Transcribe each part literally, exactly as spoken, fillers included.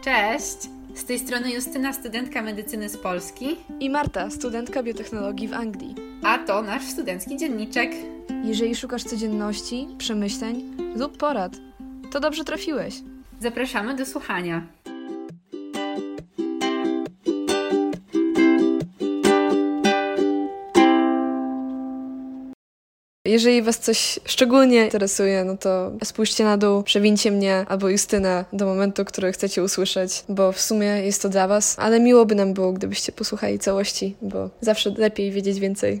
Cześć! Z tej strony Justyna, studentka medycyny z Polski. I Marta, studentka biotechnologii w Anglii. A to nasz studencki dzienniczek. Jeżeli szukasz codzienności, przemyśleń lub porad, to dobrze trafiłeś. Zapraszamy do słuchania. Jeżeli Was coś szczególnie interesuje, no to spójrzcie na dół, przewincie mnie albo Justynę do momentu, który chcecie usłyszeć, bo w sumie jest to dla Was, ale miło by nam było, gdybyście posłuchali całości, bo zawsze lepiej wiedzieć więcej.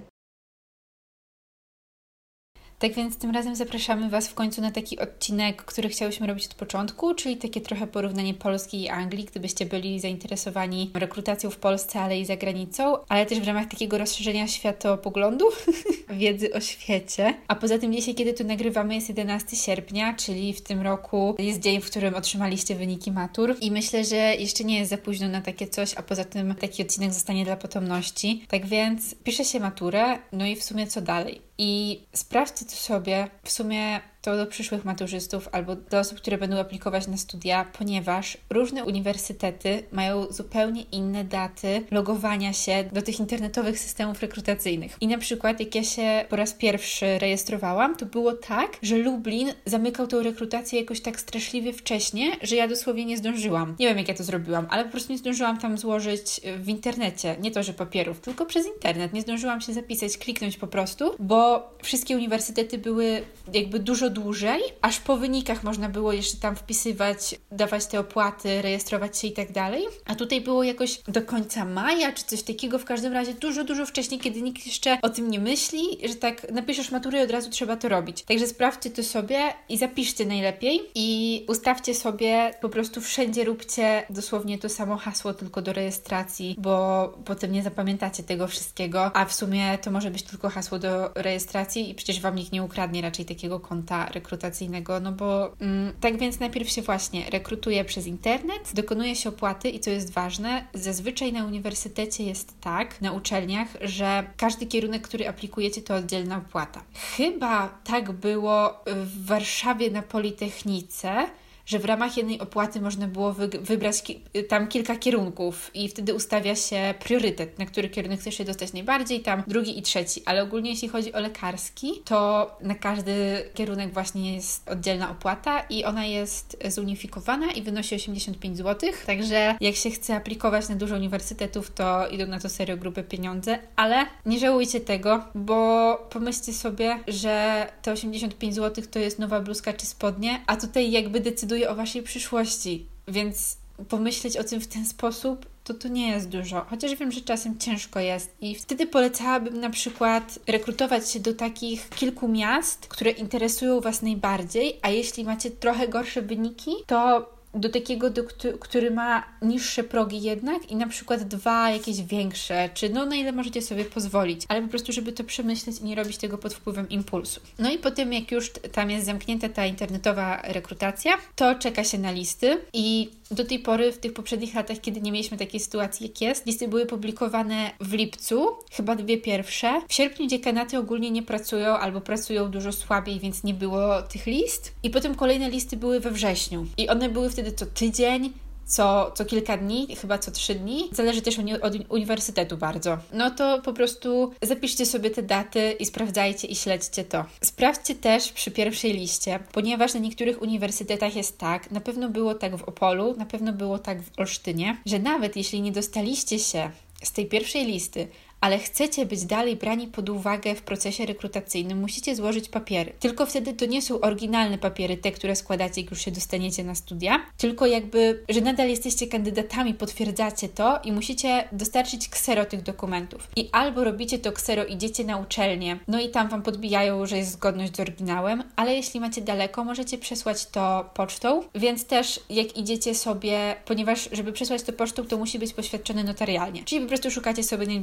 Tak więc tym razem zapraszamy Was w końcu na taki odcinek, który chciałyśmy robić od początku, czyli takie trochę porównanie Polski i Anglii, gdybyście byli zainteresowani rekrutacją w Polsce, ale i za granicą, ale też w ramach takiego rozszerzenia światopoglądu, wiedzy o świecie. A poza tym dzisiaj, kiedy tu nagrywamy, jest jedenastego sierpnia, czyli w tym roku jest dzień, w którym otrzymaliście wyniki matur i myślę, że jeszcze nie jest za późno na takie coś, a poza tym taki odcinek zostanie dla potomności. Tak więc pisze się maturę, no i w sumie co dalej? I sprawdźcie to sobie w sumie to do przyszłych maturzystów albo do osób, które będą aplikować na studia, ponieważ różne uniwersytety mają zupełnie inne daty logowania się do tych internetowych systemów rekrutacyjnych. I na przykład jak ja się po raz pierwszy rejestrowałam, to było tak, że Lublin zamykał tą rekrutację jakoś tak straszliwie wcześnie, że ja dosłownie nie zdążyłam. Nie wiem, jak ja to zrobiłam, ale po prostu nie zdążyłam tam złożyć w internecie, nie to, że papierów, tylko przez internet. Nie zdążyłam się zapisać, kliknąć po prostu, bo wszystkie uniwersytety były jakby dużo dłużej, aż po wynikach można było jeszcze tam wpisywać, dawać te opłaty, rejestrować się i tak dalej. A tutaj było jakoś do końca maja, czy coś takiego, w każdym razie dużo, dużo wcześniej, kiedy nikt jeszcze o tym nie myśli, że tak napiszesz maturę i od razu trzeba to robić. Także sprawdźcie to sobie i zapiszcie najlepiej i ustawcie sobie, po prostu wszędzie róbcie dosłownie to samo hasło, tylko do rejestracji, bo potem nie zapamiętacie tego wszystkiego, a w sumie to może być tylko hasło do rejestracji i przecież Wam nikt nie ukradnie raczej takiego konta rekrutacyjnego, no bo mm, tak więc najpierw się właśnie rekrutuje przez internet, dokonuje się opłaty i co jest ważne, zazwyczaj na uniwersytecie jest tak, na uczelniach, że każdy kierunek, który aplikujecie, to oddzielna opłata. Chyba tak było w Warszawie na Politechnice, że w ramach jednej opłaty można było wy- wybrać ki- tam kilka kierunków i wtedy ustawia się priorytet, na który kierunek chcesz się dostać najbardziej, tam drugi i trzeci, ale ogólnie jeśli chodzi o lekarski, to na każdy kierunek właśnie jest oddzielna opłata i ona jest zunifikowana i wynosi osiemdziesiąt pięć złotych, także jak się chce aplikować na dużo uniwersytetów, to idą na to serio grube pieniądze, ale nie żałujcie tego, bo pomyślcie sobie, że te osiemdziesiąt pięć złotych to jest nowa bluzka czy spodnie, a tutaj jakby decyduje o Waszej przyszłości, więc pomyśleć o tym w ten sposób, to to nie jest dużo. Chociaż wiem, że czasem ciężko jest i wtedy polecałabym na przykład rekrutować się do takich kilku miast, które interesują Was najbardziej, a jeśli macie trochę gorsze wyniki, to do takiego, do, który ma niższe progi jednak i na przykład dwa jakieś większe, czy no na ile możecie sobie pozwolić, ale po prostu, żeby to przemyśleć i nie robić tego pod wpływem impulsu. No i potem jak już tam jest zamknięta ta internetowa rekrutacja, to czeka się na listy i do tej pory w tych poprzednich latach, kiedy nie mieliśmy takiej sytuacji jak jest, listy były publikowane w lipcu, chyba dwie pierwsze. W sierpniu dziekanaty ogólnie nie pracują albo pracują dużo słabiej, więc nie było tych list. I potem kolejne listy były we wrześniu i one były wtedy co tydzień, co, co kilka dni, chyba co trzy dni. Zależy też od uniwersytetu bardzo. No to po prostu zapiszcie sobie te daty i sprawdzajcie i śledźcie to. Sprawdźcie też przy pierwszej liście, ponieważ na niektórych uniwersytetach jest tak, na pewno było tak w Opolu, na pewno było tak w Olsztynie, że nawet jeśli nie dostaliście się z tej pierwszej listy, ale chcecie być dalej brani pod uwagę w procesie rekrutacyjnym, musicie złożyć papiery. Tylko wtedy to nie są oryginalne papiery, te, które składacie, jak już się dostaniecie na studia, tylko jakby, że nadal jesteście kandydatami, potwierdzacie to i musicie dostarczyć ksero tych dokumentów. I albo robicie to ksero, idziecie na uczelnię, no i tam Wam podbijają, że jest zgodność z oryginałem, ale jeśli macie daleko, możecie przesłać to pocztą, więc też jak idziecie sobie, ponieważ żeby przesłać to pocztą, to musi być poświadczone notarialnie. Czyli po prostu szukacie sobie najbliższego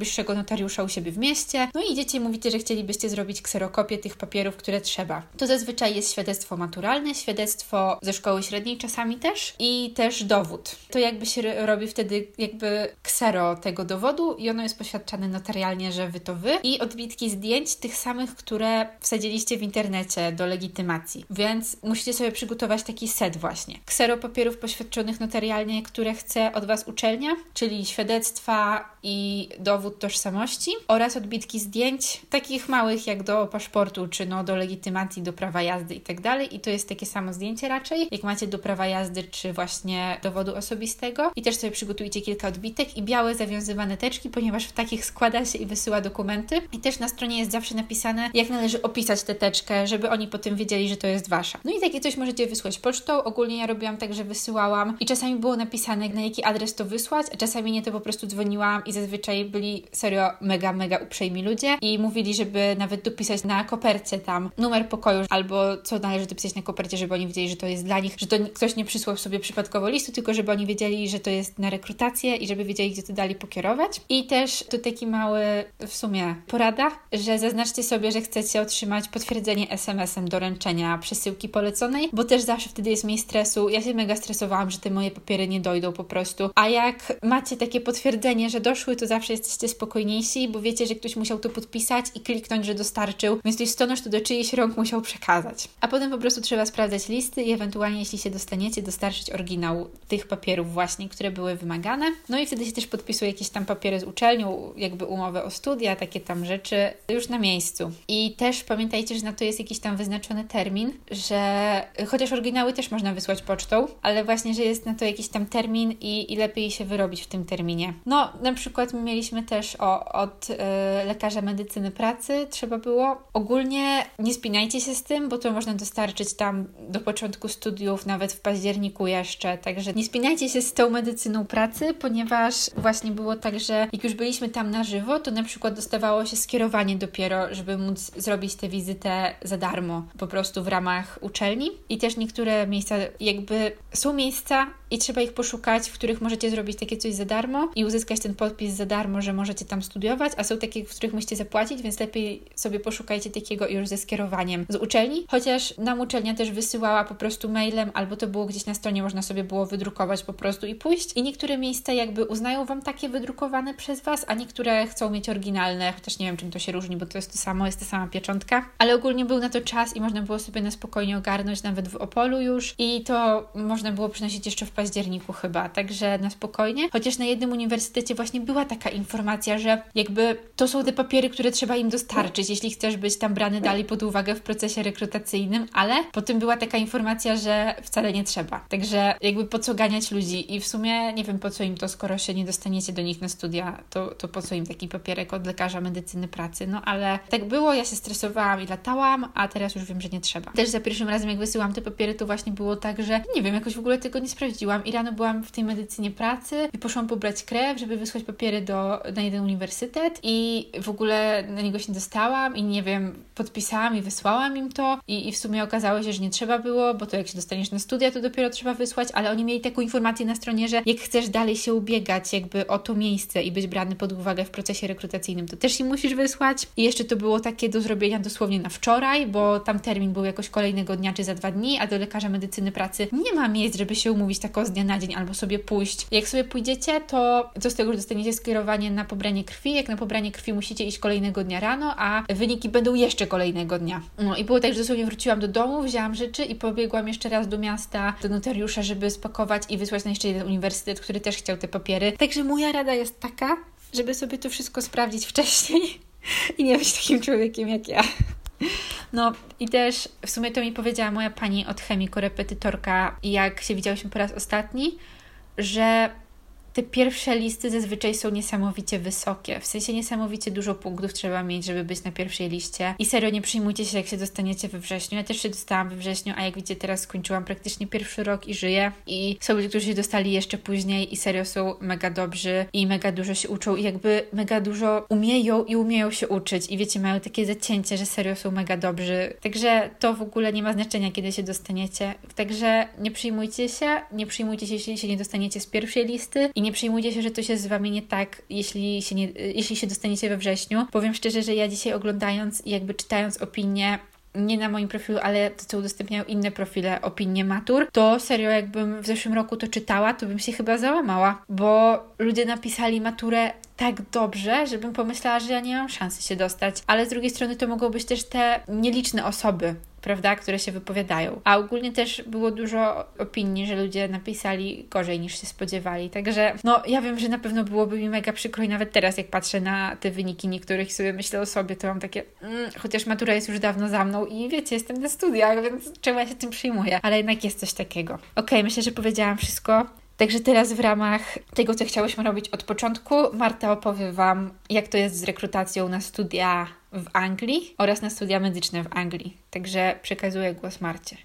notariusza u siebie w mieście, no i idziecie i mówicie, że chcielibyście zrobić kserokopię tych papierów, które trzeba. To zazwyczaj jest świadectwo maturalne, świadectwo ze szkoły średniej czasami też i też dowód. To jakby się robi wtedy jakby ksero tego dowodu i ono jest poświadczane notarialnie, że wy to wy i odbitki zdjęć tych samych, które wsadziliście w internecie do legitymacji. Więc musicie sobie przygotować taki set właśnie. Ksero papierów poświadczonych notarialnie, które chce od was uczelnia, czyli świadectwa i dowód tożsamości oraz odbitki zdjęć, takich małych jak do paszportu, czy no do legitymacji, do prawa jazdy i tak dalej. I to jest takie samo zdjęcie raczej, jak macie do prawa jazdy, czy właśnie dowodu osobistego. I też sobie przygotujcie kilka odbitek i białe zawiązywane teczki, ponieważ w takich składa się i wysyła dokumenty. I też na stronie jest zawsze napisane, jak należy opisać tę teczkę, żeby oni potem wiedzieli, że to jest wasza. No i takie coś możecie wysłać pocztą. Ogólnie ja robiłam tak, że wysyłałam i czasami było napisane, na jaki adres to wysłać, a czasami nie, to po prostu dzwoniłam i zazwyczaj byli serio mega, mega uprzejmi ludzie i mówili, żeby nawet dopisać na kopercie tam numer pokoju albo co należy dopisać na kopercie, żeby oni wiedzieli, że to jest dla nich, że to ktoś nie przysłał sobie przypadkowo listu, tylko żeby oni wiedzieli, że to jest na rekrutację i żeby wiedzieli, gdzie to dali pokierować. I też to taki mały w sumie porada, że zaznaczcie sobie, że chcecie otrzymać potwierdzenie es em esem doręczenia przesyłki poleconej, bo też zawsze wtedy jest mniej stresu. Ja się mega stresowałam, że te moje papiery nie dojdą po prostu. A jak macie takie potwierdzenie, że doszły, to zawsze jesteście spokojniejsi, bo wiecie, że ktoś musiał to podpisać i kliknąć, że dostarczył, więc to jest to, że to do czyichś rąk musiał przekazać. A potem po prostu trzeba sprawdzać listy i ewentualnie, jeśli się dostaniecie, dostarczyć oryginał tych papierów właśnie, które były wymagane. No i wtedy się też podpisuje jakieś tam papiery z uczelnią, jakby umowę o studia, takie tam rzeczy już na miejscu. I też pamiętajcie, że na to jest jakiś tam wyznaczony termin, że chociaż oryginały też można wysłać pocztą, ale właśnie, że jest na to jakiś tam termin i, i lepiej się wyrobić w tym terminie. No, na przykład my mieliśmy też o, od y, lekarza medycyny pracy, trzeba było. Ogólnie nie spinajcie się z tym, bo to można dostarczyć tam do początku studiów, nawet w październiku jeszcze, także nie spinajcie się z tą medycyną pracy, ponieważ właśnie było tak, że jak już byliśmy tam na żywo, to na przykład dostawało się skierowanie dopiero, żeby móc zrobić tę wizytę za darmo, po prostu w ramach uczelni. I też niektóre miejsca, jakby są miejsca i trzeba ich poszukać, w których możecie zrobić takie coś za darmo i uzyskać ten podpis za darmo, że możecie tam studiować, a są takie, w których musicie zapłacić, więc lepiej sobie poszukajcie takiego już ze skierowaniem z uczelni, chociaż nam uczelnia też wysyłała po prostu mailem, albo to było gdzieś na stronie, można sobie było wydrukować po prostu i pójść. I niektóre miejsca jakby uznają Wam takie wydrukowane przez Was, a niektóre chcą mieć oryginalne, chociaż nie wiem, czym to się różni, bo to jest to samo, jest ta sama pieczątka, ale ogólnie był na to czas i można było sobie na spokojnie ogarnąć, nawet w Opolu już, i to można było przynosić jeszcze w październiku chyba, także na spokojnie. Chociaż na jednym uniwersytecie właśnie była taka informacja, że jakby to są te papiery, które trzeba im dostarczyć, jeśli chcesz być tam brany dalej pod uwagę w procesie rekrutacyjnym, ale potem była taka informacja, że wcale nie trzeba. Także jakby po co ganiać ludzi i w sumie nie wiem, po co im to, skoro się nie dostaniecie do nich na studia, to, to po co im taki papierek od lekarza medycyny pracy, no ale tak było, ja się stresowałam i latałam, a teraz już wiem, że nie trzeba. Też za pierwszym razem, jak wysyłam te papiery, to właśnie było tak, że nie wiem, jakoś w ogóle tego nie sprawdziłam i rano byłam w tej medycynie pracy i poszłam pobrać krew, żeby wysłać papiery do, na jeden uniwersytet i w ogóle na niego się nie dostałam i nie wiem, podpisałam i wysłałam im to i, i w sumie okazało się, że nie trzeba było, bo to jak się dostaniesz na studia, to dopiero trzeba wysłać, ale oni mieli taką informację na stronie, że jak chcesz dalej się ubiegać jakby o to miejsce i być brany pod uwagę w procesie rekrutacyjnym, to też im musisz wysłać. I jeszcze to było takie do zrobienia dosłownie na wczoraj, bo tam termin był jakoś kolejnego dnia czy za dwa dni, a do lekarza medycyny pracy nie ma miejsc, żeby się umówić tako z dnia na dzień albo sobie pójść. Jak sobie pójdziecie, to co z tego, że dostaniecie skierowanie na pobranie krwi, jak na pobranie krwi musicie iść kolejnego dnia rano, a wyniki będą jeszcze kolejnego dnia. No i było tak, że dosłownie wróciłam do domu, wzięłam rzeczy i pobiegłam jeszcze raz do miasta, do notariusza, żeby spakować i wysłać na jeszcze jeden uniwersytet, który też chciał te papiery. Także moja rada jest taka, żeby sobie to wszystko sprawdzić wcześniej i nie być takim człowiekiem jak ja. No i też w sumie to mi powiedziała moja pani od chemii, korepetytorka, jak się widziałyśmy po raz ostatni, że te pierwsze listy zazwyczaj są niesamowicie wysokie. W sensie niesamowicie dużo punktów trzeba mieć, żeby być na pierwszej liście. I serio, nie przyjmujcie się, jak się dostaniecie we wrześniu. Ja też się dostałam we wrześniu, a jak widzicie, teraz skończyłam praktycznie pierwszy rok i żyję. I są ludzie, którzy się dostali jeszcze później i serio są mega dobrzy i mega dużo się uczą i jakby mega dużo umieją i umieją się uczyć. I wiecie, mają takie zacięcie, że serio są mega dobrzy. Także to w ogóle nie ma znaczenia, kiedy się dostaniecie. Także nie przyjmujcie się, nie przyjmujcie się, jeśli się nie dostaniecie z pierwszej listy i nie przejmujcie się, że coś jest z Wami nie tak, jeśli się, nie, jeśli się dostaniecie we wrześniu. Powiem szczerze, że ja dzisiaj oglądając i jakby czytając opinie, nie na moim profilu, ale to, co udostępniają inne profile, opinie matur, to serio jakbym w zeszłym roku to czytała, to bym się chyba załamała, bo ludzie napisali maturę tak dobrze, żebym pomyślała, że ja nie mam szansy się dostać, ale z drugiej strony to mogą być też te nieliczne osoby, prawda, które się wypowiadają. A ogólnie też było dużo opinii, że ludzie napisali gorzej niż się spodziewali. Także no ja wiem, że na pewno byłoby mi mega przykro i nawet teraz jak patrzę na te wyniki niektórych i sobie myślę o sobie, to mam takie mm, chociaż matura jest już dawno za mną i wiecie, jestem na studiach, więc czemu ja się tym przyjmuję? Ale jednak jest coś takiego. Okej, okay, myślę, że powiedziałam wszystko. Także teraz w ramach tego, co chciałyśmy robić od początku, Marta opowie Wam, jak to jest z rekrutacją na studia w Anglii oraz na studia medyczne w Anglii. Także przekazuję głos Marcie.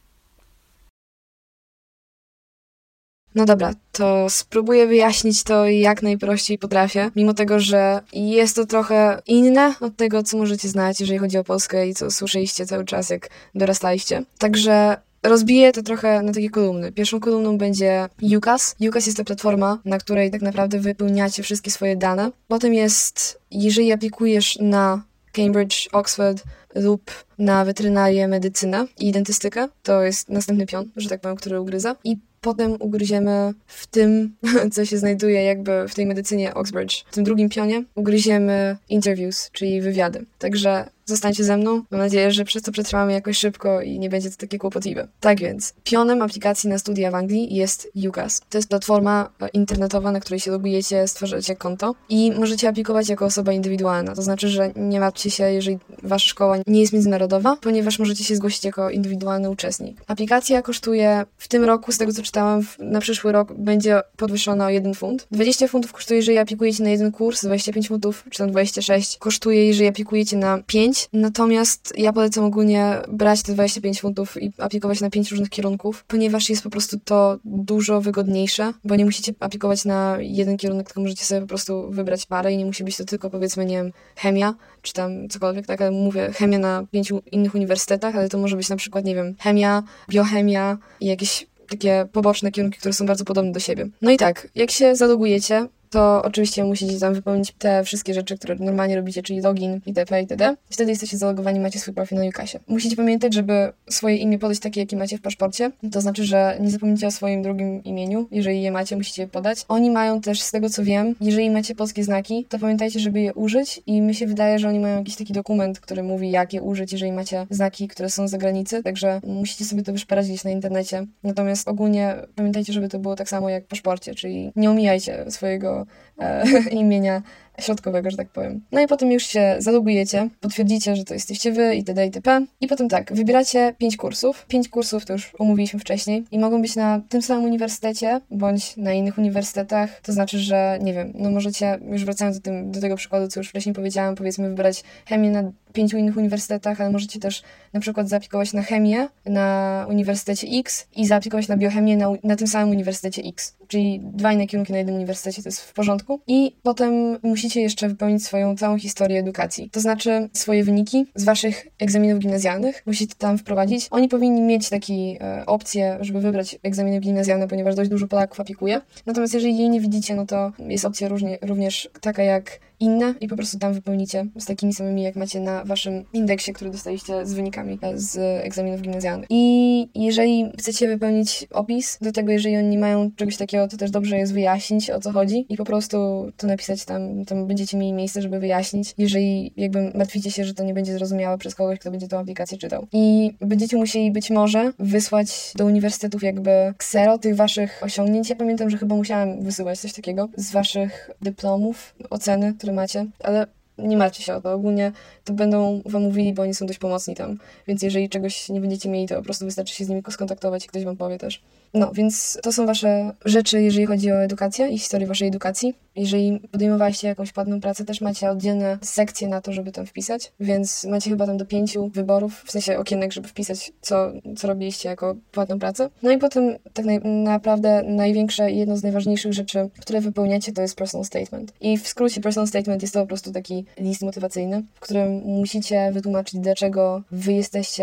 No dobra, to spróbuję wyjaśnić to jak najprościej potrafię, mimo tego, że jest to trochę inne od tego, co możecie znać, jeżeli chodzi o Polskę i co słyszeliście cały czas, jak dorastaliście. Także rozbiję to trochę na takie kolumny. Pierwszą kolumną będzie UCAS. UCAS jest to platforma, na której tak naprawdę wypełniacie wszystkie swoje dane. Potem jest, jeżeli aplikujesz na Cambridge, Oxford lub na weterynarię, medycynę i dentystykę, to jest następny pion, że tak powiem, który ugryza. I potem ugryziemy w tym, co się znajduje jakby w tej medycynie Oxbridge. W tym drugim pionie ugryziemy interviews, czyli wywiady. Także zostańcie ze mną. Mam nadzieję, że przez to przetrwamy jakoś szybko i nie będzie to takie kłopotliwe. Tak więc, pionem aplikacji na studia w Anglii jest UCAS. To jest platforma internetowa, na której się logujecie, stwarzacie konto i możecie aplikować jako osoba indywidualna. To znaczy, że nie martwcie się, jeżeli wasza szkoła nie jest międzynarodowa, ponieważ możecie się zgłosić jako indywidualny uczestnik. Aplikacja kosztuje w tym roku, z tego co czytałam, na przyszły rok będzie podwyższona o jeden funt. dwadzieścia funtów kosztuje, jeżeli aplikujecie na jeden kurs, dwadzieścia pięć funtów, czy tam dwadzieścia sześć kosztuje, jeżeli aplikujecie na pięć. Natomiast ja polecam ogólnie brać te dwadzieścia pięć funtów i aplikować na pięć różnych kierunków, ponieważ jest po prostu to dużo wygodniejsze, bo nie musicie aplikować na jeden kierunek, tylko możecie sobie po prostu wybrać parę i nie musi być to tylko, powiedzmy, nie wiem, chemia, czy tam cokolwiek, tak, ale mówię chemia na pięciu innych uniwersytetach, ale to może być na przykład, nie wiem, chemia, biochemia i jakieś takie poboczne kierunki, które są bardzo podobne do siebie. No i tak, jak się zalogujecie, to oczywiście musicie tam wypełnić te wszystkie rzeczy, które normalnie robicie, czyli login, itp., itd. Wtedy jesteście zalogowani, macie swój profil na UCASie. Musicie pamiętać, żeby swoje imię podać takie, jakie macie w paszporcie. To znaczy, że nie zapomnijcie o swoim drugim imieniu. Jeżeli je macie, musicie je podać. Oni mają też, z tego co wiem, jeżeli macie polskie znaki, to pamiętajcie, żeby je użyć i mi się wydaje, że oni mają jakiś taki dokument, który mówi, jak je użyć, jeżeli macie znaki, które są z zagranicy, także musicie sobie to wyszperać gdzieś na internecie. Natomiast ogólnie pamiętajcie, żeby to było tak samo jak w paszporcie, czyli nie omijajcie swojego e, imienia środkowego, że tak powiem. No i potem już się zalogujecie, potwierdzicie, że to jesteście wy itd. itp. I potem tak, wybieracie pięć kursów. Pięć kursów to już omówiliśmy wcześniej i mogą być na tym samym uniwersytecie, bądź na innych uniwersytetach. To znaczy, że nie wiem, no możecie, już wracając do, tym, do tego przykładu, co już wcześniej powiedziałam, powiedzmy wybrać chemię na pięciu innych uniwersytetach, ale możecie też na przykład zaaplikować na chemię na Uniwersytecie X i zaaplikować na biochemię na, na tym samym Uniwersytecie X. Czyli dwa inne kierunki na jednym uniwersytecie, to jest w porządku. I potem musicie jeszcze wypełnić swoją całą historię edukacji. To znaczy swoje wyniki z waszych egzaminów gimnazjalnych. Musicie tam wprowadzić. Oni powinni mieć taką e, opcję, żeby wybrać egzaminy gimnazjalne, ponieważ dość dużo Polaków aplikuje. Natomiast jeżeli jej nie widzicie, no to jest opcja różnie, również taka jak inne i po prostu tam wypełnicie z takimi samymi, jak macie na waszym indeksie, który dostaliście z wynikami z egzaminów gimnazjalnych. I jeżeli chcecie wypełnić opis do tego, jeżeli oni nie mają czegoś takiego, to też dobrze jest wyjaśnić, o co chodzi i po prostu to napisać tam, tam będziecie mieli miejsce, żeby wyjaśnić, jeżeli jakby martwicie się, że to nie będzie zrozumiałe przez kogoś, kto będzie tą aplikację czytał. I będziecie musieli być może wysłać do uniwersytetów jakby ksero tych waszych osiągnięć. Ja pamiętam, że chyba musiałam wysyłać coś takiego z waszych dyplomów, oceny, które macie, ale nie martwcie się o to. Ogólnie to będą wam mówili, bo oni są dość pomocni tam. Więc jeżeli czegoś nie będziecie mieli, to po prostu wystarczy się z nimi skontaktować i ktoś wam powie też. No, więc to są wasze rzeczy, jeżeli chodzi o edukację i historię waszej edukacji. Jeżeli podejmowaliście jakąś płatną pracę, też macie oddzielne sekcje na to, żeby tam wpisać, więc macie chyba tam do pięciu wyborów, w sensie okienek, żeby wpisać, co, co robiliście jako płatną pracę. No i potem tak naj, naprawdę największe i jedno z najważniejszych rzeczy, które wypełniacie, to jest personal statement. I w skrócie personal statement jest to po prostu taki list motywacyjny, w którym musicie wytłumaczyć, dlaczego wy jesteście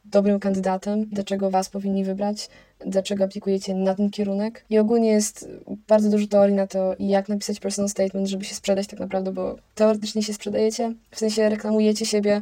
dobrym kandydatem, dlaczego was powinni wybrać, dlaczego aplikujecie na ten kierunek. I ogólnie jest bardzo dużo teorii na to, jak napisać personal statement, żeby się sprzedać tak naprawdę, bo teoretycznie się sprzedajecie, w sensie reklamujecie siebie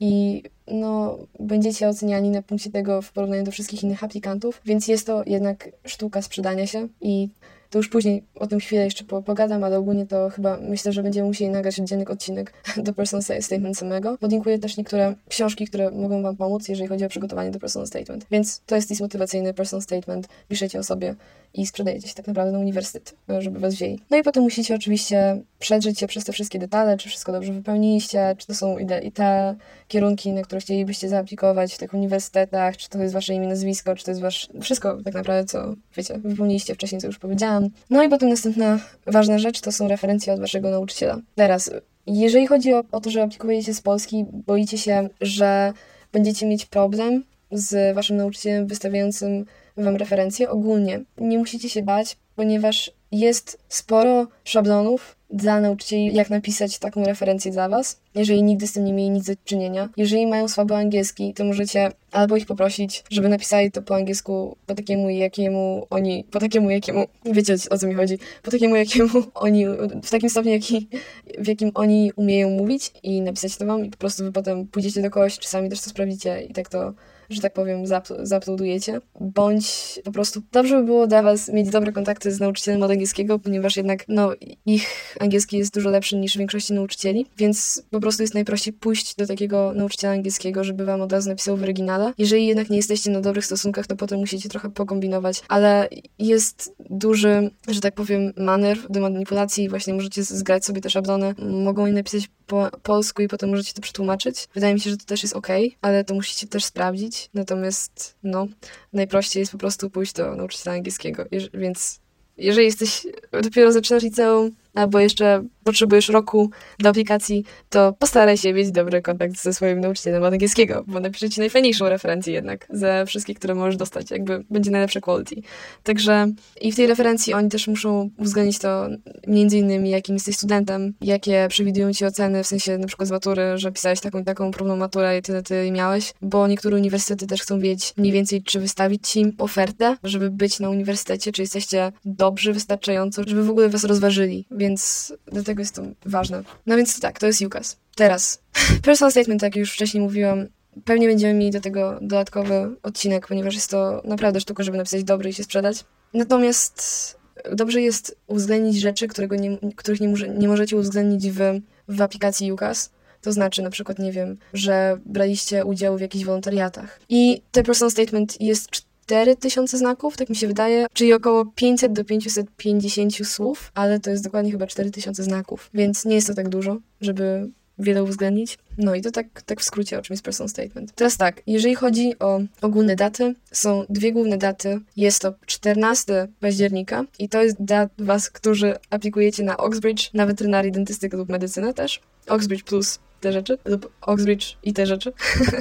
i no, będziecie oceniani na punkcie tego w porównaniu do wszystkich innych aplikantów, więc jest to jednak sztuka sprzedania się i to już później o tym chwilę jeszcze pogadam, ale ogólnie to chyba myślę, że będziemy musieli nagrać oddzielny odcinek do personal statement samego. Podlinkuję też niektóre książki, które mogą wam pomóc, jeżeli chodzi o przygotowanie do personal statement. Więc to jest list motywacyjny, personal statement, piszecie o sobie i sprzedajecie się tak naprawdę na uniwersytet, żeby was wzięli. No i potem musicie oczywiście przedrzeć się przez te wszystkie detale, czy wszystko dobrze wypełniliście, czy to są ide- i te kierunki, na które chcielibyście zaaplikować w tych uniwersytetach, czy to jest wasze imię, nazwisko, czy to jest wasz... Wszystko tak naprawdę, co, wiecie, wypełniliście wcześniej, co już powiedziałam. No i potem następna ważna rzecz to są referencje od waszego nauczyciela. Teraz, jeżeli chodzi o, o to, że aplikujecie z Polski, boicie się, że będziecie mieć problem z waszym nauczycielem wystawiającym wam referencje, ogólnie nie musicie się bać, ponieważ jest sporo szablonów dla nauczycieli, jak napisać taką referencję dla was, jeżeli nigdy z tym nie mieli nic do czynienia. Jeżeli mają słaby angielski, to możecie albo ich poprosić, żeby napisali to po angielsku po takiemu, jakiemu oni, po takiemu, jakiemu, wiecie o co mi chodzi, po takiemu, jakiemu oni, w takim stopniu, jaki, w jakim oni umieją mówić i napisać to wam i po prostu wy potem pójdziecie do kogoś, czy sami też to sprawdzicie i tak to, że tak powiem, zauploadujecie, bądź po prostu dobrze by było dla was mieć dobre kontakty z nauczycielem od angielskiego, ponieważ jednak, no, ich angielski jest dużo lepszy niż większości nauczycieli, więc po prostu jest najprościej pójść do takiego nauczyciela angielskiego, żeby wam od razu napisał w oryginale. Jeżeli jednak nie jesteście na dobrych stosunkach, to potem musicie trochę pokombinować, ale jest duży, że tak powiem, manewr do manipulacji i właśnie możecie zgrać sobie te szablony, mogą je napisać po polsku i potem możecie to przetłumaczyć. Wydaje mi się, że to też jest okej, ale to musicie też sprawdzić. Natomiast, no, najprościej jest po prostu pójść do nauczyciela angielskiego, Jeż- więc jeżeli jesteś, dopiero zaczynasz liceum, albo jeszcze potrzebujesz roku do aplikacji, to postaraj się mieć dobry kontakt ze swoim nauczycielem od angielskiego, bo napisze ci najfajniejszą referencję jednak ze wszystkich, które możesz dostać, jakby będzie najlepsze quality. Także i w tej referencji oni też muszą uwzględnić to między innymi, jakim jesteś studentem, jakie przewidują ci oceny, w sensie na przykład z matury, że pisałeś taką i taką próbną maturę i tyle ty miałeś, bo niektóre uniwersytety też chcą wiedzieć mniej więcej, czy wystawić ci ofertę, żeby być na uniwersytecie, czy jesteście dobrzy wystarczająco, żeby w ogóle was rozważyli, więc dlatego jest to ważne. No więc tak, to jest UCAS. Teraz, personal statement, jak już wcześniej mówiłam, pewnie będziemy mieli do tego dodatkowy odcinek, ponieważ jest to naprawdę sztuka, żeby napisać dobry i się sprzedać. Natomiast dobrze jest uwzględnić rzeczy, którego nie, których nie, może, nie możecie uwzględnić w, w aplikacji UCAS. To znaczy na przykład, nie wiem, że braliście udział w jakichś wolontariatach. I ten personal statement jest cztery tysiące znaków, tak mi się wydaje, czyli około pięćset do pięćset pięćdziesiąt słów, ale to jest dokładnie chyba cztery tysiące znaków, więc nie jest to tak dużo, żeby wiele uwzględnić. No i to tak, tak w skrócie, o czym jest personal statement. Teraz tak, jeżeli chodzi o ogólne daty, są dwie główne daty. Jest to czternastego października i to jest dla was, którzy aplikujecie na Oxbridge, na weterynarię, dentystykę lub medycynę też. Oxbridge plus te rzeczy, lub Oxbridge i te rzeczy.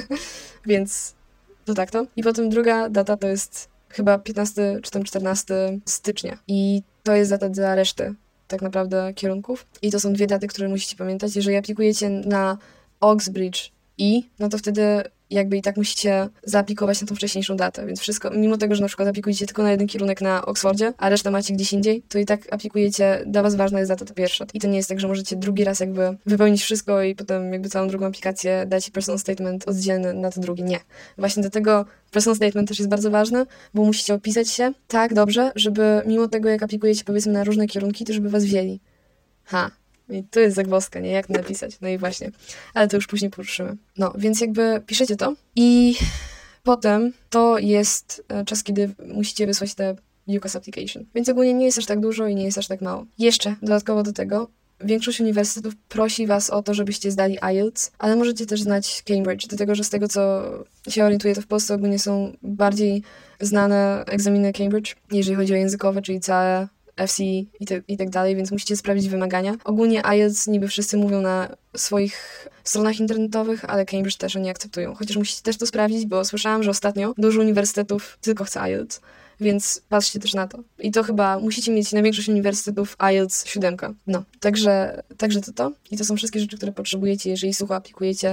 Więc to tak to. I potem druga data to jest chyba piętnastego czy tam czternastego stycznia. I to jest data dla reszty tak naprawdę kierunków. I to są dwie daty, które musicie pamiętać. Jeżeli aplikujecie na Oxbridge i, no to wtedy jakby i tak musicie zaaplikować na tą wcześniejszą datę, więc wszystko, mimo tego, że na przykład aplikujecie tylko na jeden kierunek na Oxfordzie, a resztę macie gdzieś indziej, to i tak aplikujecie, dla was ważna jest data ta pierwsza. I to nie jest tak, że możecie drugi raz jakby wypełnić wszystko i potem jakby całą drugą aplikację dać personal statement oddzielny na to drugie. Nie. Właśnie dlatego personal statement też jest bardzo ważny, bo musicie opisać się tak dobrze, żeby mimo tego, jak aplikujecie powiedzmy na różne kierunki, to żeby was wzięli. Ha. I to jest zagwozdka, nie? Jak to napisać? No i właśnie. Ale to już później poruszymy. No, więc jakby piszecie to i potem to jest czas, kiedy musicie wysłać te UCAS application. Więc ogólnie nie jest aż tak dużo i nie jest aż tak mało. Jeszcze dodatkowo do tego większość uniwersytetów prosi was o to, żebyście zdali I E L T S, ale możecie też znać Cambridge, dlatego że z tego, co się orientuję, to w Polsce ogólnie są bardziej znane egzaminy Cambridge, jeżeli chodzi o językowe, czyli całe F C i, te, i tak dalej, więc musicie sprawdzić wymagania. Ogólnie I E L T S niby wszyscy mówią na swoich stronach internetowych, ale Cambridge też oni akceptują. Chociaż musicie też to sprawdzić, bo słyszałam, że ostatnio dużo uniwersytetów tylko chce I E L T S, więc patrzcie też na to. I to chyba musicie mieć na większość uniwersytetów I E L T S siódemka. No, także, także to to. I to są wszystkie rzeczy, które potrzebujecie, jeżeli sucho aplikujecie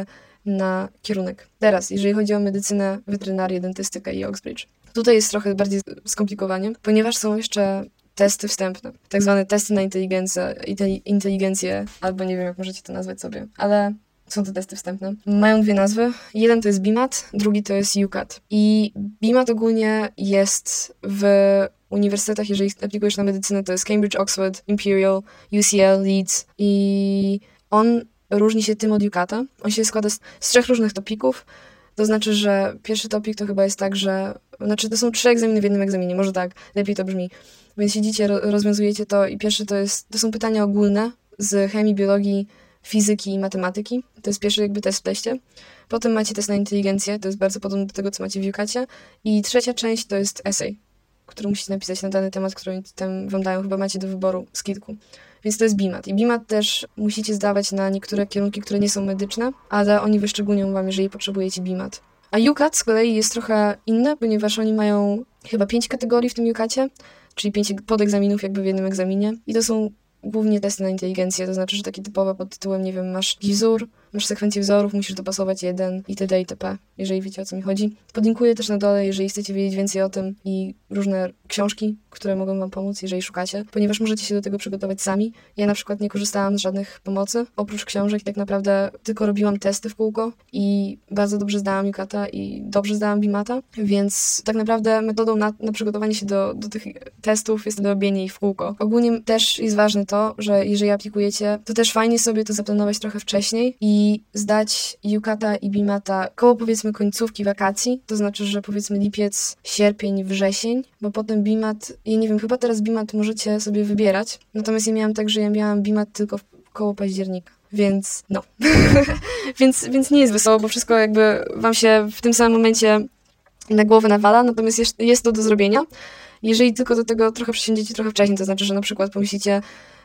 na kierunek. Teraz, jeżeli chodzi o medycynę, weterynarię, dentystykę i Oxbridge. Tutaj jest trochę bardziej skomplikowanie, ponieważ są jeszcze testy wstępne, tak zwane testy na inteligencję, inteligencję, albo nie wiem, jak możecie to nazwać sobie, ale są to testy wstępne. Mają dwie nazwy. Jeden to jest B M A T, drugi to jest U C A T. I B M A T ogólnie jest w uniwersytetach, jeżeli aplikujesz na medycynę, to jest Cambridge, Oxford, Imperial, U C L, Leeds i on różni się tym od U C A T-a. On się składa z, z trzech różnych topików. To znaczy, że pierwszy topik to chyba jest tak, że znaczy to są trzy egzaminy w jednym egzaminie, może tak, lepiej to brzmi. Więc siedzicie, ro- rozwiązujecie to i pierwszy to jest, to są pytania ogólne z chemii, biologii, fizyki i matematyki. To jest pierwszy jakby test w teście. Potem macie test na inteligencję, to jest bardzo podobne do tego, co macie w U C A T-cie. I trzecia część to jest essay, który musicie napisać na dany temat, który tam wam dają, chyba macie do wyboru z kilku. Więc to jest B M A T. I B M A T też musicie zdawać na niektóre kierunki, które nie są medyczne, ale oni wyszczególnią wam, jeżeli potrzebujecie B M A T. A U C A T z kolei jest trochę inne, ponieważ oni mają chyba pięć kategorii w tym U C A T-cie, czyli pięć podegzaminów jakby w jednym egzaminie. I to są głównie testy na inteligencję, to znaczy, że takie typowe pod tytułem, nie wiem, masz wzór, masz sekwencję wzorów, musisz dopasować jeden itd. itp., jeżeli wiecie, o co mi chodzi. Podlinkuję też na dole, jeżeli chcecie wiedzieć więcej o tym i różne książki, które mogą wam pomóc, jeżeli szukacie, ponieważ możecie się do tego przygotować sami. Ja na przykład nie korzystałam z żadnych pomocy, oprócz książek, tak naprawdę tylko robiłam testy w kółko i bardzo dobrze zdałam U C A T-a i dobrze zdałam B M A T-a, więc tak naprawdę metodą na, na przygotowanie się do, do tych testów jest robienie ich w kółko. Ogólnie też jest ważne to, że jeżeli aplikujecie, to też fajnie sobie to zaplanować trochę wcześniej i zdać U C A T-a i B M A T-a koło powiedzmy końcówki wakacji, to znaczy, że powiedzmy lipiec, sierpień, wrzesień, bo potem B M A T, ja nie wiem, chyba teraz B M A T możecie sobie wybierać, natomiast ja miałam tak, że ja miałam B M A T tylko w, koło października, więc no. więc, więc nie jest wesoło, bo wszystko jakby wam się w tym samym momencie na głowę nawala, natomiast jest, jest to do zrobienia. Jeżeli tylko do tego trochę przysiądziecie trochę wcześniej, to znaczy, że na przykład pomyślicie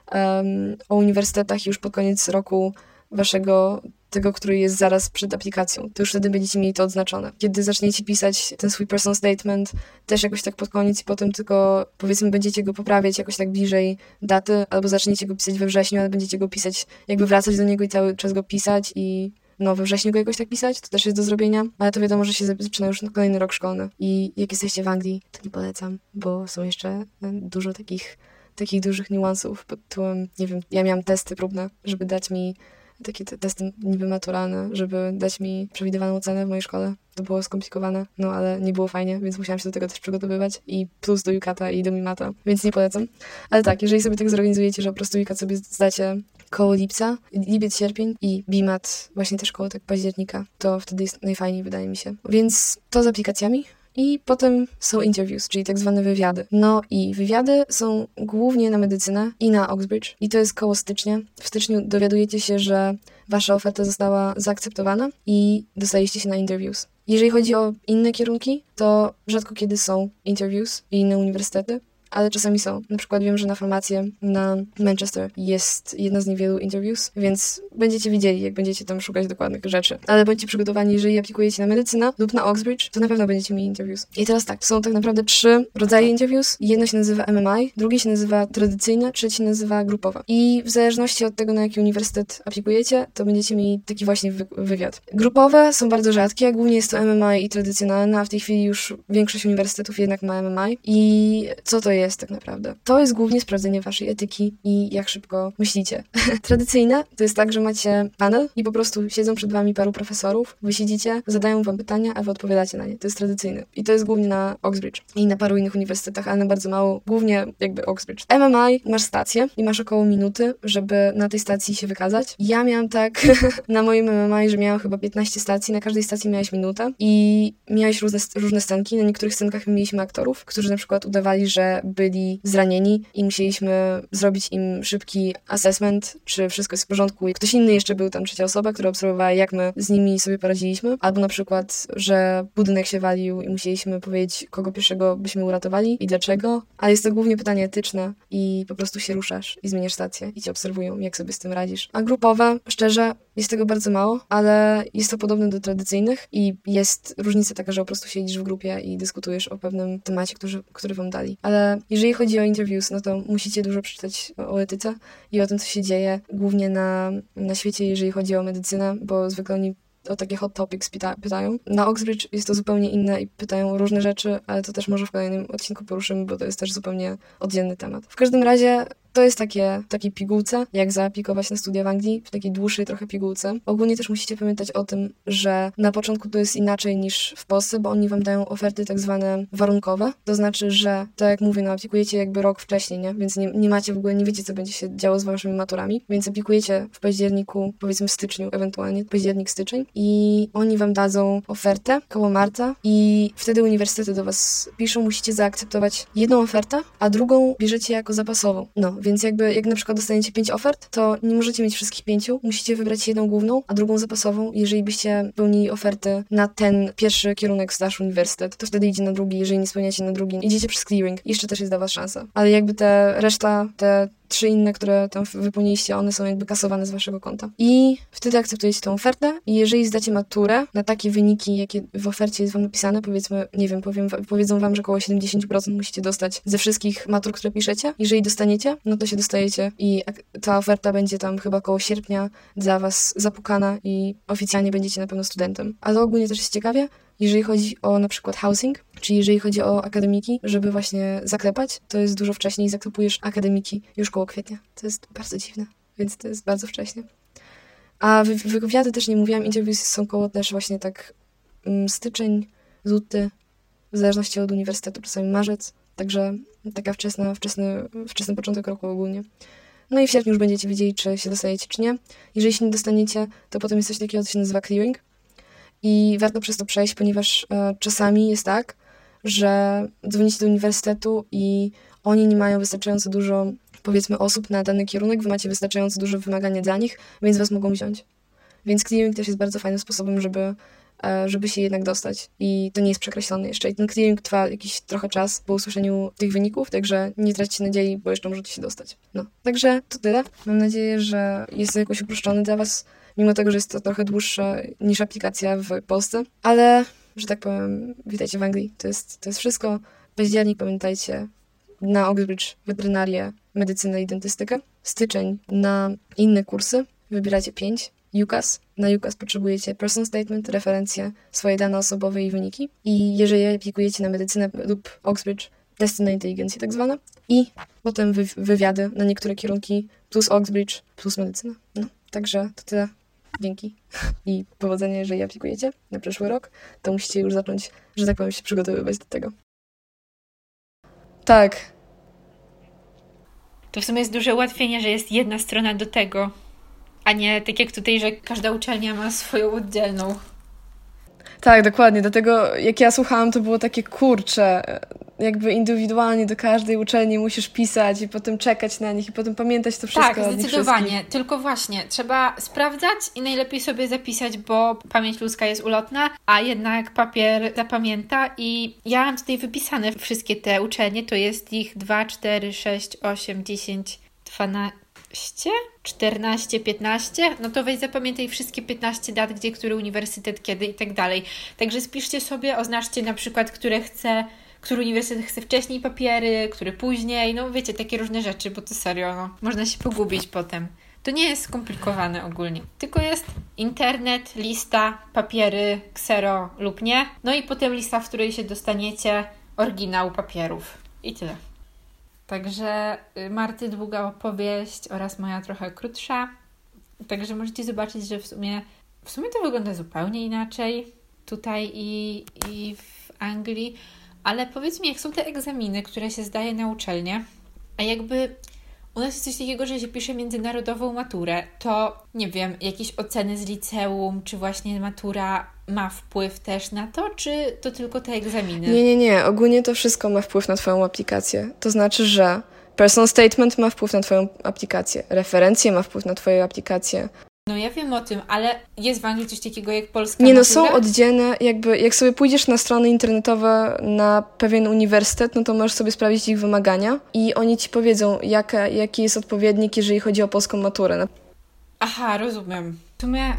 um, o uniwersytetach już pod koniec roku waszego, tego, który jest zaraz przed aplikacją, to już wtedy będziecie mieli to odznaczone. Kiedy zaczniecie pisać ten swój personal statement, też jakoś tak pod koniec i potem tylko, powiedzmy, będziecie go poprawiać jakoś tak bliżej daty, albo zaczniecie go pisać we wrześniu, ale będziecie go pisać, jakby wracać do niego i cały czas go pisać i no we wrześniu go jakoś tak pisać, to też jest do zrobienia, ale to wiadomo, że się zaczyna już na kolejny rok szkolny. I jak jesteście w Anglii, to nie polecam, bo są jeszcze dużo takich, takich dużych niuansów pod tytułem, nie wiem, ja miałam testy próbne, żeby dać mi takie te testy niby maturalne, żeby dać mi przewidywaną ocenę w mojej szkole. To było skomplikowane, no ale nie było fajnie, więc musiałam się do tego też przygotowywać i plus do U C A T-a i do B M A T-a, więc nie polecam. Ale tak, jeżeli sobie tak zorganizujecie, że po prostu U C A T sobie zdacie koło lipca, lipiec, sierpień i B M A T właśnie też koło tak października, to wtedy jest najfajniej, wydaje mi się. Więc to z aplikacjami. I potem są interviews, czyli tak zwane wywiady. No i wywiady są głównie na medycynę i na Oxbridge. I to jest koło stycznia. W styczniu dowiadujecie się, że wasza oferta została zaakceptowana i dostaliście się na interviews. Jeżeli chodzi o inne kierunki, to rzadko kiedy są interviews i inne uniwersytety, ale czasami są. Na przykład wiem, że na farmację na Manchester jest jedna z niewielu interviews, więc będziecie wiedzieli, jak będziecie tam szukać dokładnych rzeczy. Ale bądźcie przygotowani, jeżeli aplikujecie na medycynę lub na Oxbridge, to na pewno będziecie mieli interviews. I teraz tak, są tak naprawdę trzy rodzaje interviews. Jedno się nazywa M M I, drugie się nazywa tradycyjne, trzecie się nazywa grupowe. I w zależności od tego, na jaki uniwersytet aplikujecie, to będziecie mieli taki właśnie wy- wywiad. Grupowe są bardzo rzadkie, głównie jest to M M I i tradycjonalne, a w tej chwili już większość uniwersytetów jednak ma M M I. I co to jest? jest tak naprawdę. To jest głównie sprawdzenie waszej etyki i jak szybko myślicie. Tradycyjne to jest tak, że macie panel i po prostu siedzą przed wami paru profesorów, wy siedzicie, zadają wam pytania, a wy odpowiadacie na nie. To jest tradycyjne. I to jest głównie na Oxbridge i na paru innych uniwersytetach, ale na bardzo mało, głównie jakby Oxbridge. M M I masz stację i masz około minuty, żeby na tej stacji się wykazać. Ja miałam tak na moim M M I, że miałam chyba piętnaście stacji, na każdej stacji miałeś minutę i miałeś różne, różne scenki. Na niektórych scenkach mieliśmy aktorów, którzy na przykład udawali, że byli zranieni i musieliśmy zrobić im szybki assessment, czy wszystko jest w porządku. I ktoś inny jeszcze był tam, trzecia osoba, która obserwowała, jak my z nimi sobie poradziliśmy. Albo na przykład, że budynek się walił i musieliśmy powiedzieć, kogo pierwszego byśmy uratowali i dlaczego. Ale jest to głównie pytanie etyczne i po prostu się ruszasz i zmieniasz stację i cię obserwują, jak sobie z tym radzisz. A grupowe, szczerze, jest tego bardzo mało, ale jest to podobne do tradycyjnych i jest różnica taka, że po prostu siedzisz w grupie i dyskutujesz o pewnym temacie, który, który wam dali. Ale jeżeli chodzi o interviews, no to musicie dużo przeczytać o, o etyce i o tym, co się dzieje, głównie na, na świecie, jeżeli chodzi o medycynę, bo zwykle oni o takie hot topics pyta- pytają. Na Oxbridge jest to zupełnie inne i pytają o różne rzeczy, ale to też może w kolejnym odcinku poruszymy, bo to jest też zupełnie oddzielny temat. W każdym razie to jest takie, takie pigułce, jak zaaplikować na studia w Anglii, w takiej dłuższej trochę pigułce. Ogólnie też musicie pamiętać o tym, że na początku to jest inaczej niż w Polsce, bo oni wam dają oferty tak zwane warunkowe. To znaczy, że tak jak mówię, no aplikujecie jakby rok wcześniej, nie? Więc nie, nie macie w ogóle, nie wiecie, co będzie się działo z waszymi maturami, więc aplikujecie w październiku, powiedzmy w styczniu, ewentualnie październik, styczeń i oni wam dadzą ofertę koło marca i wtedy uniwersytety do was piszą, musicie zaakceptować jedną ofertę, a drugą bierzecie jako zapasową. No, więc jakby, jak na przykład dostaniecie pięć ofert, to nie możecie mieć wszystkich pięciu, musicie wybrać jedną główną, a drugą zapasową. Jeżeli byście pełnili oferty na ten pierwszy kierunek slash uniwersytet, to wtedy idzie na drugi, jeżeli nie spełniacie na drugi, idziecie przez clearing. Jeszcze też jest dla was szansa. Ale jakby te reszta, te trzy inne, które tam wypełniliście, one są jakby kasowane z waszego konta. I wtedy akceptujecie tę ofertę i jeżeli zdacie maturę na takie wyniki, jakie w ofercie jest wam napisane, powiedzmy, nie wiem, powiem, powiedzą wam, że około siedemdziesiąt procent musicie dostać ze wszystkich matur, które piszecie. Jeżeli dostaniecie, no to się dostajecie i ta oferta będzie tam chyba około sierpnia dla was zapukana i oficjalnie będziecie na pewno studentem. Ale ogólnie też jest ciekawie, jeżeli chodzi o na przykład housing, czyli jeżeli chodzi o akademiki, żeby właśnie zaklepać, to jest dużo wcześniej, zaklepujesz akademiki już koło kwietnia. To jest bardzo dziwne, więc to jest bardzo wcześnie. A wy- wywiady też nie mówiłam, interviews są koło też właśnie tak um, styczeń, luty, w zależności od uniwersytetu, czasami marzec, także taka wczesna, wczesny, wczesny początek roku ogólnie. No i w sierpniu już będziecie wiedzieli, czy się dostajecie, czy nie. Jeżeli się nie dostaniecie, to potem jest coś takiego, co się nazywa clearing. I warto przez to przejść, ponieważ e, czasami jest tak, że dzwonicie do uniwersytetu i oni nie mają wystarczająco dużo, powiedzmy, osób na dany kierunek, wy macie wystarczająco duże wymagania dla nich, więc was mogą wziąć. Więc clearing też jest bardzo fajnym sposobem, żeby, e, żeby się jednak dostać. I to nie jest przekreślone jeszcze. I ten clearing trwa jakiś trochę czas po usłyszeniu tych wyników, także nie traćcie nadziei, bo jeszcze możecie się dostać. No, także to tyle. Mam nadzieję, że jest to jakoś uproszczone dla was, mimo tego, że jest to trochę dłuższa niż aplikacja w Polsce. Ale, że tak powiem, witajcie w Anglii. To jest, to jest wszystko. Październik, pamiętajcie, na Oxbridge weterynarię, medycynę i dentystykę. Styczeń na inne kursy. Wybieracie pięć. U K A S. Na U K A S potrzebujecie personal statement, referencje, swoje dane osobowe i wyniki. I jeżeli aplikujecie na medycynę lub Oxbridge, testy na inteligencję tak zwane. I potem wy- wywiady na niektóre kierunki plus Oxbridge, plus medycyna. No, także to tyle. Dzięki i powodzenia, jeżeli aplikujecie na przyszły rok, to musicie już zacząć, że tak powiem, się przygotowywać do tego. Tak. To w sumie jest duże ułatwienie, że jest jedna strona do tego, a nie tak jak tutaj, że każda uczelnia ma swoją oddzielną. Tak, dokładnie. Dlatego jak ja słuchałam, to było takie kurcze. Jakby indywidualnie do każdej uczelni musisz pisać i potem czekać na nich i potem pamiętać to wszystko. Tak, zdecydowanie. Tylko właśnie trzeba sprawdzać i najlepiej sobie zapisać, bo pamięć ludzka jest ulotna, a jednak papier zapamięta i ja mam tutaj wypisane wszystkie te uczelnie, to jest ich dwa, cztery, sześć, osiem, dziesięć, dwanaście, czternaście, piętnaście, no to weź zapamiętaj wszystkie piętnaście dat, gdzie, który uniwersytet, kiedy i tak dalej. Także spiszcie sobie, oznaczcie na przykład, które chce który uniwersytet chce wcześniej papiery, który później, no wiecie, takie różne rzeczy, bo to serio, no, można się pogubić potem. To nie jest skomplikowane ogólnie, tylko jest internet, lista, papiery, ksero lub nie, no i potem lista, w której się dostaniecie oryginał papierów i tyle. Także Marty długa opowieść oraz moja trochę krótsza, także możecie zobaczyć, że w sumie, w sumie to wygląda zupełnie inaczej tutaj i, i w Anglii. Ale powiedz mi, jak są te egzaminy, które się zdaje na uczelnię, a jakby u nas jest coś takiego, że się pisze międzynarodową maturę, to nie wiem, jakieś oceny z liceum, czy właśnie matura ma wpływ też na to, czy to tylko te egzaminy? Nie, nie, nie. Ogólnie to wszystko ma wpływ na twoją aplikację. To znaczy, że personal statement ma wpływ na twoją aplikację, referencje ma wpływ na twoją aplikację. No ja wiem o tym, ale jest w Anglii coś takiego jak polska Nie, no matura? są oddzielne, jakby jak sobie pójdziesz na strony internetowe na pewien uniwersytet, no to możesz sobie sprawdzić ich wymagania i oni ci powiedzą, jaka, jaki jest odpowiednik, jeżeli chodzi o polską maturę. Aha, rozumiem. W sumie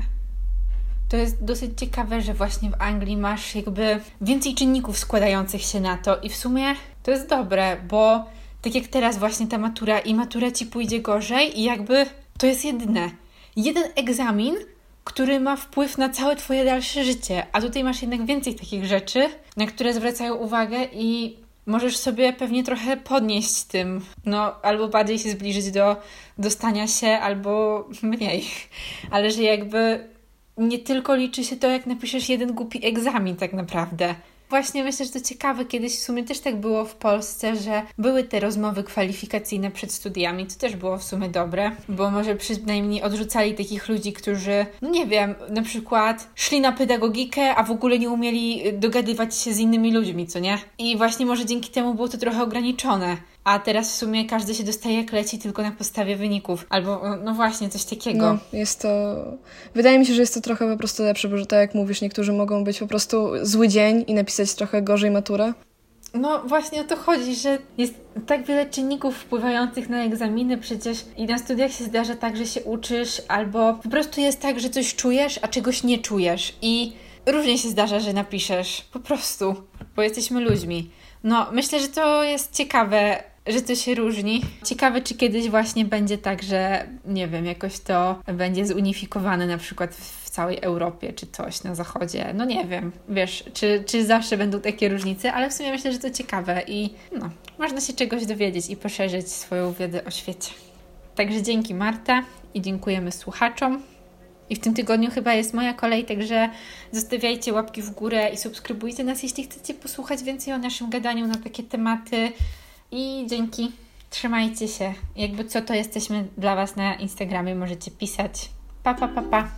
to jest dosyć ciekawe, że właśnie w Anglii masz jakby więcej czynników składających się na to i w sumie to jest dobre, bo tak jak teraz właśnie ta matura i matura ci pójdzie gorzej i jakby to jest jedyne. Jeden egzamin który ma wpływ na całe twoje dalsze życie. A tutaj masz jednak więcej takich rzeczy, na które zwracają uwagę i możesz sobie pewnie trochę podnieść tym. No, albo bardziej się zbliżyć do, do stania się, albo mniej. Ale że jakby nie tylko liczy się to, jak napiszesz jeden głupi egzamin tak naprawdę. Właśnie myślę, że to ciekawe, kiedyś w sumie też tak było w Polsce, że były te rozmowy kwalifikacyjne przed studiami, to też było w sumie dobre, bo może przynajmniej odrzucali takich ludzi, którzy, no nie wiem, na przykład szli na pedagogikę, a w ogóle nie umieli dogadywać się z innymi ludźmi, co nie? I właśnie może dzięki temu było to trochę ograniczone. A teraz w sumie każdy się dostaje jak leci tylko na podstawie wyników. Albo, no właśnie, coś takiego. No, jest to... Wydaje mi się, że jest to trochę po prostu lepsze, bo że tak jak mówisz, niektórzy mogą być po prostu zły dzień i napisać trochę gorzej maturę. No właśnie o to chodzi, że jest tak wiele czynników wpływających na egzaminy przecież i na studiach się zdarza tak, że się uczysz albo po prostu jest tak, że coś czujesz, a czegoś nie czujesz i różnie się zdarza, że napiszesz. Po prostu, bo jesteśmy ludźmi. No, myślę, że to jest ciekawe, że to się różni. Ciekawe, czy kiedyś właśnie będzie tak, że nie wiem, jakoś to będzie zunifikowane na przykład w całej Europie, czy coś na zachodzie. No nie wiem, wiesz, czy, czy zawsze będą takie różnice, ale w sumie myślę, że to ciekawe i no, można się czegoś dowiedzieć i poszerzyć swoją wiedzę o świecie. Także dzięki Marta i dziękujemy słuchaczom. I w tym tygodniu chyba jest moja kolej, także zostawiajcie łapki w górę i subskrybujcie nas, jeśli chcecie posłuchać więcej o naszym gadaniu na takie tematy. I dzięki. Trzymajcie się. Jakby co, to jesteśmy dla Was na Instagramie. Możecie pisać. Pa, pa, pa, pa.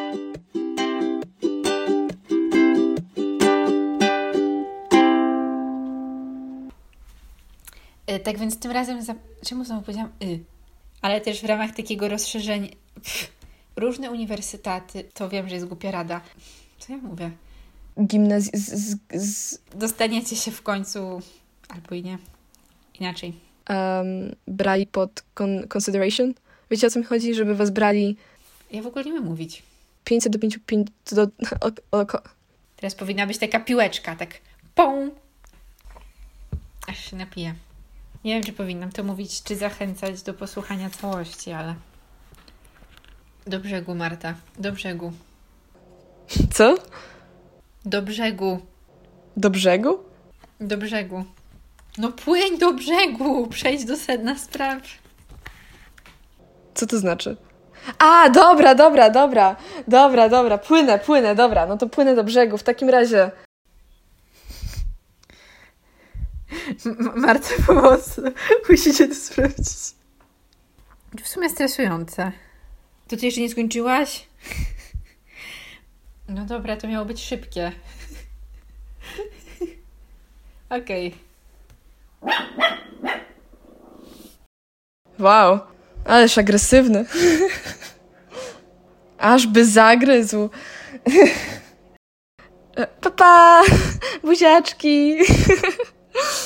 Yy, tak więc tym razem... Za... Czemu znowu powiedziałam? Y. Ale też w ramach takiego rozszerzenia... Pff, różne uniwersytety... To wiem, że jest głupia rada. Co ja mówię? Gimnazj... Z, z... Dostaniecie się w końcu... Albo i nie. Inaczej. Um, brali pod con- consideration. Wiecie, o co mi chodzi? Żeby was brali... Ja w ogóle nie umiem mówić. pięćset do pięciu... Pięć, do, o, o, o. Teraz powinna być taka piłeczka, tak pum. Aż się napiję. Nie wiem, czy powinnam to mówić, czy zachęcać do posłuchania całości, ale... Do brzegu, Marta. Do brzegu. Co? Do brzegu. Do brzegu? Do brzegu. No płyń do brzegu! Przejdź do sedna spraw. Co to znaczy? A, dobra, dobra, dobra. Dobra, dobra. Płynę, płynę, dobra. No to płynę do brzegu. W takim razie... M- Marta, pomocy. Musicie to sprawdzić. W sumie stresujące. To ty jeszcze nie skończyłaś? No dobra, to miało być szybkie. Okej. Okay. Wow, ależ agresywny. Aż by zagryzł. Pa, pa, buziaczki.